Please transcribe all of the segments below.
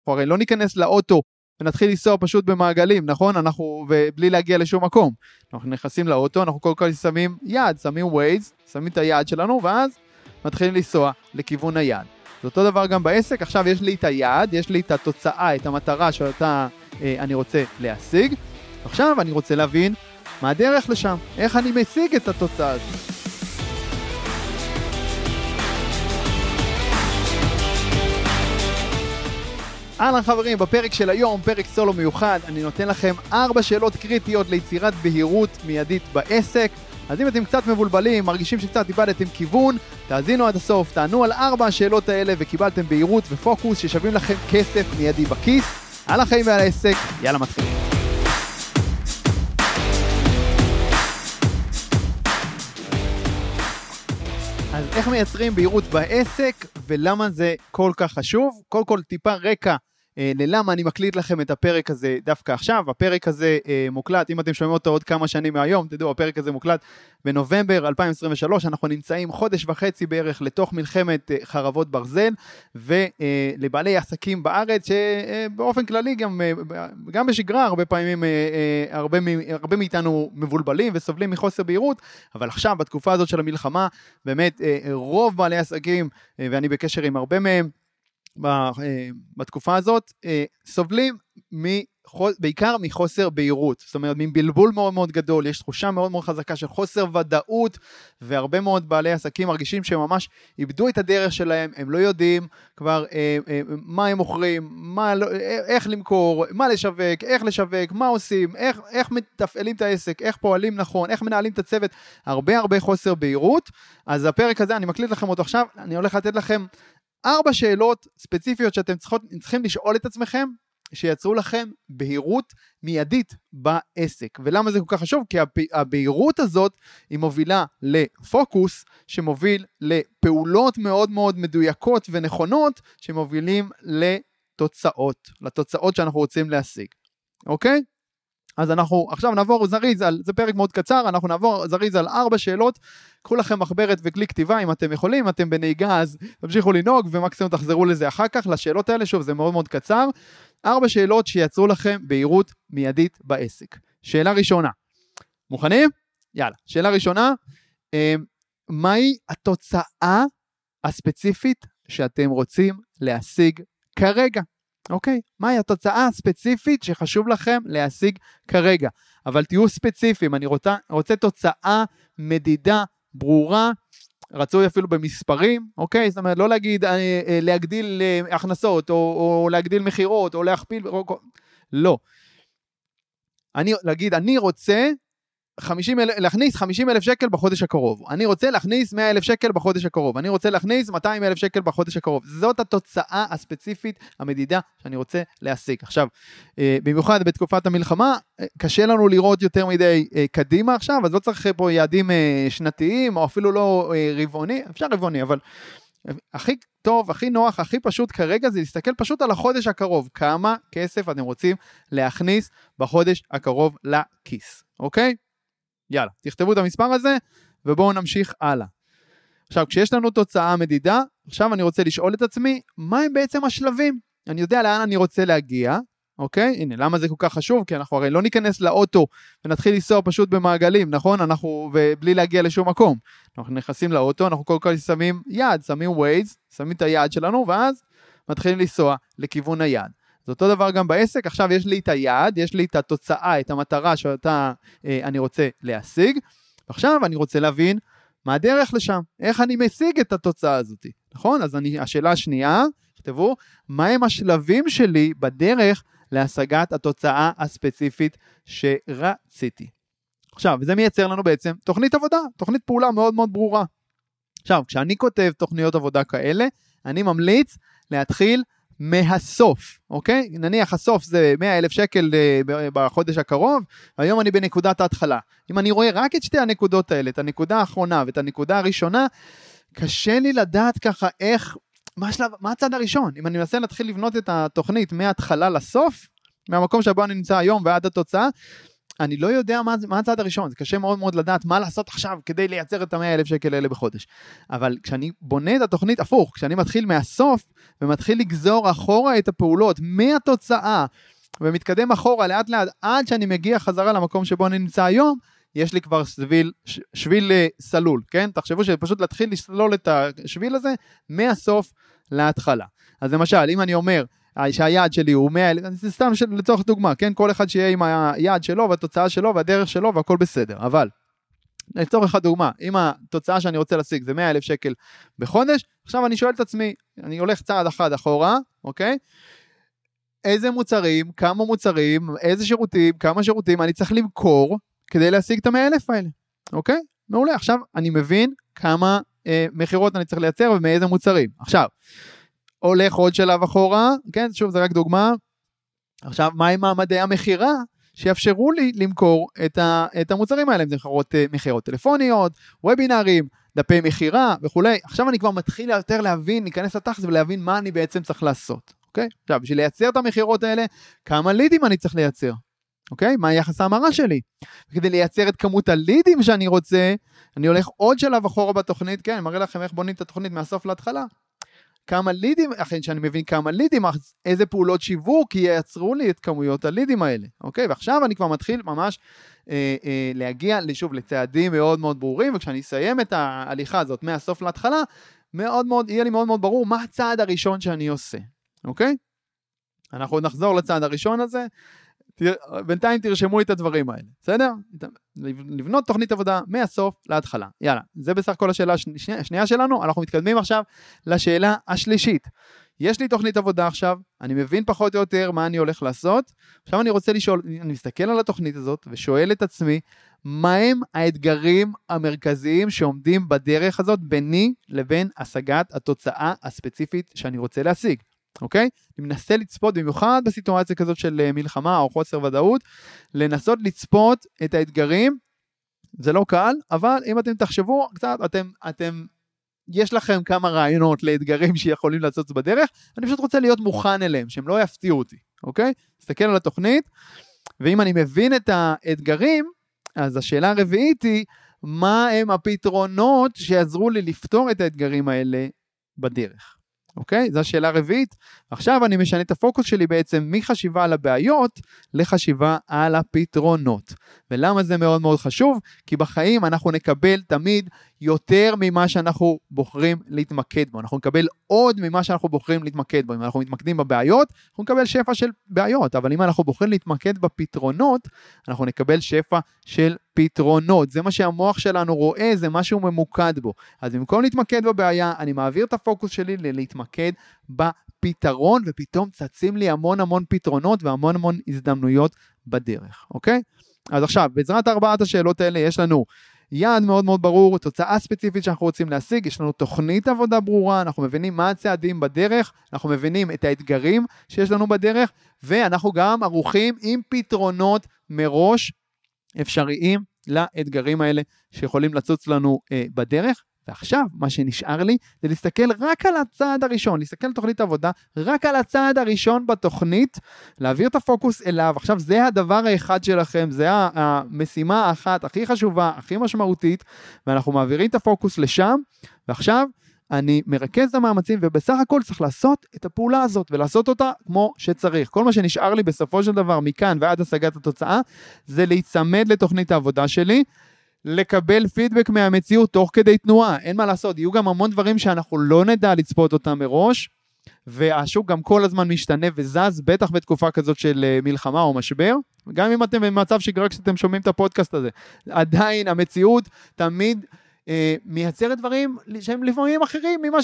אנחנו הרי לא ניכנס לאוטו ונתחיל לנסוע פשוט במעגלים, נכון? ובלי להגיע לשום מקום. אנחנו נכנסים לאוטו, אנחנו קודם כל שמים יד, שמים ווייז, שמים את היד שלנו, ואז מתחילים לנסוע לכיוון היד. זה אותו דבר גם בעסק, עכשיו יש לי את היד, יש לי את התוצאה, את המטרה שאותה אני רוצה להשיג. עכשיו אני רוצה להבין מה הדרך לשם, איך אני משיג את התוצאה הזאת. אהלן חברים, בפרק של היום, פרק סולו מיוחד, אני נותן לכם 4 שאלות קריטיות ליצירת בהירות מיידית בעסק. אז אם אתם קצת מבולבלים, מרגישים שקצת איבדתם כיוון, תאזינו עד הסוף, תענו על 4 השאלות האלה וקיבלתם בהירות ופוקוס ששווים לכם כסף מיידי בכיס. על החיים ועל העסק, יאללה מתחילים. אז איך מייצרים בהירות בעסק ולמה זה כל כך חשוב? קודם כל טיפה רקע ללמה אני מקליט לכם את הפרק הזה דווקא עכשיו. הפרק הזה מוקלט, אם אתם שומעים אותו עוד כמה שנים מהיום, תדעו, הפרק הזה מוקלט בנובמבר 2023, אנחנו נמצאים חודש וחצי בערך לתוך מלחמת חרבות ברזל, ולבעלי עסקים בארץ, שבאופן כללי גם בשגרה, הרבה פעמים, הרבה מאיתנו מבולבלים וסובלים מחוסר בהירות, אבל עכשיו בתקופה הזאת של המלחמה, באמת רוב בעלי עסקים, ואני בקשר עם הרבה מהם, בתקופה הזאת סובלים בעיקר מחוסר בהירות, זאת אומרת מבלבול מאוד מאוד גדול, יש תחושה מאוד מאוד חזקה של חוסר ודאות, והרבה מאוד בעלי עסקים מרגישים שהם ממש איבדו את הדרך שלהם, הם לא יודעים כבר מה הם מוכרים, איך למכור, מה לשווק, איך לשווק, מה עושים, איך מתפעלים את העסק, איך פועלים נכון, איך מנהלים את הצוות, הרבה חוסר בהירות. אז הפרק הזה אני מקליט לכם אותו עכשיו, אני הולך לתת לכם 4 שאלות ספציפיות שאתם צריכים לשאול את עצמכם, שיצרו לכם בהירות מיידית בעסק. ולמה זה כל כך חשוב? כי הבהירות הזאת היא מובילה לפוקוס, שמוביל לפעולות מאוד מאוד מדויקות ונכונות, שמובילים לתוצאות שאנחנו רוצים להשיג. אוקיי? אז אנחנו עכשיו נעבור זריז זה פרק מאוד קצר, אנחנו נעבור זריז על 4 שאלות, קחו לכם מחברת וכלי כתיבה אם אתם יכולים, אם אתם בנהיגה אז תמשיכו לנהוג ומקסימום תחזרו לזה אחר כך, לשאלות האלה, שוב זה מאוד מאוד קצר, 4 שאלות שיצרו לכם בהירות מיידית בעסק. שאלה ראשונה, מוכנים? יאללה, שאלה ראשונה, מהי התוצאה הספציפית שאתם רוצים להשיג כרגע? אוקיי, מהי התוצאה הספציפית שחשוב לכם להשיג כרגע? אבל תהיו ספציפיים, אני רוצה תוצאה מדידה, ברורה, רצוי אפילו במספרים, אוקיי? זאת אומרת, לא להגדיל הכנסות, או להגדיל מחירות, או להכפיל, לא. אני רוצה להכניס 50,000 שקל בחודש הקרוב, אני רוצה להכניס 100,000 שקל בחודש הקרוב, אני רוצה להכניס 200,000 שקל בחודש הקרוב, זאת התוצאה הספציפית המדידה שאני רוצה להשיג. עכשיו, במיוחד בתקופת המלחמה, קשה לנו לראות יותר מדי קדימה עכשיו, אז לא צריך פה יעדים שנתיים, או אפילו לא רבעוני, אפשר רבעוני, אבל הכי טוב, הכי נוח, הכי פשוט כרגע זה להסתכל פשוט על החודש הקרוב, כמה כסף אתם רוצים להכניס בחודש הקרוב לכיס, אוקיי? יאללה, תכתבו את המספר הזה, ובואו נמשיך הלאה. עכשיו, כשיש לנו תוצאה מדידה, עכשיו אני רוצה לשאול את עצמי, מה הם בעצם השלבים? אני יודע לאן אני רוצה להגיע, אוקיי? הנה, למה זה כל כך חשוב? כי אנחנו הרי לא ניכנס לאוטו, ונתחיל לנסוע פשוט במעגלים, נכון? ובלי להגיע לשום מקום. אנחנו נכנסים לאוטו, אנחנו קודם כל שמים יד, שמים ווייז, שמים את היד שלנו, ואז מתחילים לנסוע לכיוון היד. זה אותו דבר גם בעסק, עכשיו יש לי את היד, יש לי את התוצאה, את המטרה שאותה אני רוצה להשיג, ועכשיו אני רוצה להבין מה הדרך לשם, איך אני משיג את התוצאה הזאת, נכון? אז השאלה השנייה, תכתבו, מהם השלבים שלי בדרך להשגת התוצאה הספציפית שרציתי. עכשיו, זה מייצר לנו בעצם תוכנית עבודה, תוכנית פעולה מאוד מאוד ברורה. עכשיו, כשאני כותב תוכניות עבודה כאלה, אני ממליץ להתחיל מהסוף, אוקיי? נניח הסוף זה 100,000 שקל בחודש הקרוב, והיום אני בנקודת ההתחלה. אם אני רואה רק את שתי הנקודות האלה, את הנקודה האחרונה ואת הנקודה הראשונה, קשה לי לדעת ככה מה הצד הראשון? אם אני מנסה להתחיל לבנות את התוכנית מההתחלה לסוף, מהמקום שבו אני נמצא היום ועד התוצאה, אני לא יודע מה הצעד הראשון, זה קשה מאוד מאוד לדעת מה לעשות עכשיו כדי לייצר את ה100,000 שקל האלה בחודש. אבל כשאני בונה את התוכנית הפוך, כשאני מתחיל מהסוף ומתחיל לגזור אחורה את הפעולות מהתוצאה ומתקדם אחורה לאט לאט עד שאני מגיע חזרה למקום שבו אני נמצא היום, יש לי כבר שביל סלול, כן? תחשבו שפשוט להתחיל לסלול את השביל הזה מהסוף להתחלה. אז למשל, אם אני אומר שהיעד שלי הוא 100,000, זה סתם לצורך דוגמה, כן? כל אחד שיהיה עם היעד שלו והתוצאה שלו והדרך שלו והכל בסדר, אבל לצורך הדוגמה, אם התוצאה שאני רוצה להשיג זה 100,000 שקל בחודש, עכשיו אני שואל את עצמי, אני הולך צעד אחד אחורה, אוקיי? איזה מוצרים, כמה מוצרים, איזה שירותים, כמה שירותים אני צריך למכור כדי להשיג את ה100,000 האלה, אוקיי? מעולה, עכשיו אני מבין כמה מחירות אני צריך לייצר ומאיזה מוצרים. עכשיו, הולך עוד שלב אחורה, כן, שוב זה רק דוגמה, עכשיו מה עם מעמדי המחירה שיאפשרו לי למכור את המוצרים האלה, אם זה מחירות טלפוניות, וובינרים, דפי מחירה וכולי, עכשיו אני כבר מתחיל יותר להבין, ניכנס לתחת ולהבין מה אני בעצם צריך לעשות, אוקיי? עכשיו, בשביל לייצר את המחירות האלה, כמה לידים אני צריך לייצר, אוקיי? מה היחס ההמרה שלי? כדי לייצר את כמות הלידים שאני רוצה, אני הולך עוד שלב אחורה בתוכנית, כן, אני מראה לכם איך בונים את התוכנית מהסוף להתחלה, כמה לידים, אחרי שאני מבין כמה לידים, איזה פעולות שיווק ייצרו לי את כמויות הלידים האלה, אוקיי? ועכשיו אני כבר מתחיל ממש להגיע שוב לצעדים מאוד מאוד ברורים, וכשאני אסיים את ההליכה הזאת מהסוף להתחלה, יהיה לי מאוד מאוד ברור מה הצעד הראשון שאני עושה, אוקיי? אנחנו עוד נחזור לצעד הראשון הזה, בינתיים תרשמו את הדברים האלה, בסדר? לבנות תוכנית עבודה מהסוף להתחלה. יאללה, זה בסך הכל השאלה השנייה שלנו, אנחנו מתקדמים עכשיו לשאלה השלישית. יש לי תוכנית עבודה עכשיו, אני מבין פחות או יותר מה אני הולך לעשות, עכשיו אני רוצה לשאול, אני מסתכל על התוכנית הזאת ושואל את עצמי, מהם האתגרים המרכזיים שעומדים בדרך הזאת ביני לבין השגת התוצאה הספציפית שאני רוצה להשיג? אוקיי? אני מנסה לצפות, במיוחד בסיטואציה כזאת של מלחמה או חוסר ודאות, לנסות לצפות את האתגרים, זה לא קל, אבל אם אתם תחשבו קצת, יש לכם כמה רעיונות לאתגרים שיכולים לעשות בדרך, אני פשוט רוצה להיות מוכן אליהם, שהם לא יפתיעו אותי, אוקיי? תסתכל על התוכנית, ואם אני מבין את האתגרים, אז השאלה הרביעית היא, מה הם הפתרונות שיעזרו לי לפתור את האתגרים האלה בדרך? אוקיי? זו השאלה הרביעית. עכשיו אני משנה את הפוקוס שלי בעצם מחשיבה על הבעיות לחשיבה על הפתרונות. ולמה זה מאוד מאוד חשוב? כי בחיים אנחנו נקבל תמיד יותר ממה שאנחנו בוחרים להתמקד בו. אנחנו נקבל עוד ממה שאנחנו בוחרים להתמקד בו. אם אנחנו מתמקדים בבעיות, אנחנו נקבל שפע של בעיות. אבל אם אנחנו בוחרים להתמקד בפתרונות, אנחנו נקבל שפע של פתרונות. זה מה שהמוח שלנו רואה, זה משהו ממוקד בו. אז במקום להתמקד בבעיה, אני מעביר את הפוקוס שלי להתמקד בפתרון, ופתאום צצים לי המון המון פתרונות והמון המון הזדמנויות בדרך. אוקיי? אז עכשיו, בעזרת ארבעת השאלות האלה יש לנו יעד מאוד מאוד ברור, תוצאה ספציפית שאנחנו רוצים להשיג, יש לנו תוכנית עבודה ברורה, אנחנו מבינים מה הצעדים בדרך, אנחנו מבינים את האתגרים שיש לנו בדרך, ואנחנו גם ערוכים עם פתרונות מראש אפשריים לאתגרים האלה שיכולים לצוץ לנו בדרך. ועכשיו מה שנשאר לי זה להסתכל רק על הצעד הראשון, להסתכל על תוכנית עבודה, רק על הצעד הראשון בתוכנית, להעביר את הפוקוס אליו. עכשיו זה הדבר האחד שלכם, זה המשימה האחת הכי חשובה, הכי משמעותית, ואנחנו מעבירים את הפוקוס לשם, ועכשיו אני מרכז את המאמצים, ובסך הכל צריך לעשות את הפעולה הזאת, ולעשות אותה כמו שצריך. כל מה שנשאר לי בסופו של דבר, מכאן ועד השגת התוצאה, זה להיצמד לתוכנית העבודה שלי, לקבל פידבק מהמציאות תוך כדי תנועה, אין מה לעשות, יהיו גם המון דברים שאנחנו לא נדע לצפות אותם מראש, והשוק גם כל הזמן משתנה וזז, בטח בתקופה כזאת של מלחמה או משבר, גם אם אתם במצב שגרה כשאתם שומעים את הפודקאסט הזה, עדיין המציאות תמיד מייצרת דברים שהם לפעמים אחרים ממה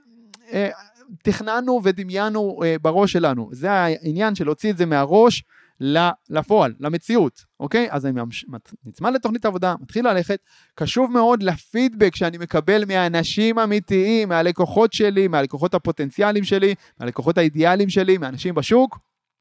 שתכננו ודמיינו בראש שלנו, זה העניין של להוציא את זה מהראש, לפועל, למציאות, אוקיי? אז אני נצמד לתוכנית העבודה, מתחיל ללכת, קשוב מאוד לפידבק שאני מקבל מהאנשים האמיתיים, מהלקוחות שלי, מהלקוחות הפוטנציאליים שלי, מהלקוחות האידיאליים שלי, מהאנשים בשוק,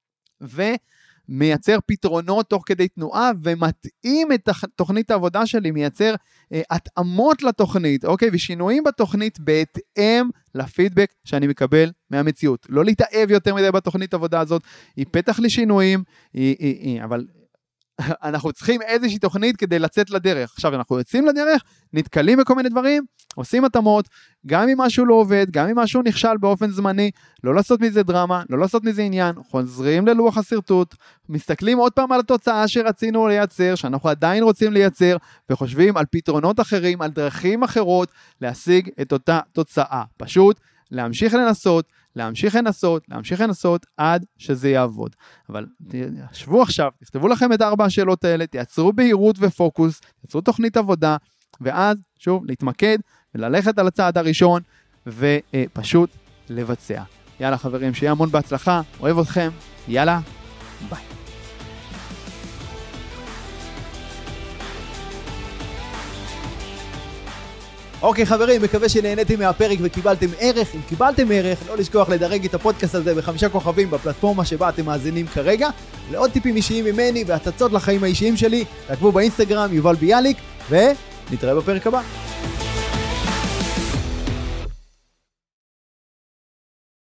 ומייצר פתרונות תוך כדי תנועה, ומתאים את תוכנית העבודה שלי, מייצר התאמות לתוכנית, אוקיי? ושינויים בתוכנית בהתאם לפידבק שאני מקבל מהמציאות. לא להתאהב יותר מדי בתוכנית העבודה הזאת, היא פתח לשינויים, אבל אנחנו צריכים איזושהי תוכנית כדי לצאת לדרך. עכשיו אנחנו יוצאים לדרך, נתקלים בכל מיני דברים, עושים התאמות, גם אם משהו לא עובד, גם אם משהו נכשל באופן זמני, לא לעשות מזה דרמה, לא לעשות מזה עניין, חוזרים ללוח הסרטוט, מסתכלים עוד פעם על התוצאה שרצינו לייצר, שאנחנו עדיין רוצים לייצר, וחושבים על פתרונות אחרים, על דרכים אחרות, להשיג את אותה תוצאה. פשוט להמשיך לנסות, להמשיך לנסות עד שזה יעבוד. אבל תשבו עכשיו, תכתבו לכם את 4 השאלות האלה, תייצרו בהירות ופוקוס, תייצרו תוכנית עבודה, ואז שוב להתמקד וללכת על הצעד הראשון, ופשוט לבצע. יאללה חברים, שיהיה המון בהצלחה, אוהב אתכם, יאללה, ביי. אוקיי חברים, מקווה שנהניתם מהפרק וקיבלתם ערך. אם קיבלתם ערך, לא לשכוח לדרג את הפודקאסט הזה ב5 כוכבים בפלטפורמה שבה אתם מאזינים כרגע. לעוד טיפים אישיים ממני והצצות לחיים האישיים שלי, תעקבו באינסטגרם יובל ביאליק, ונתראה בפרק הבא.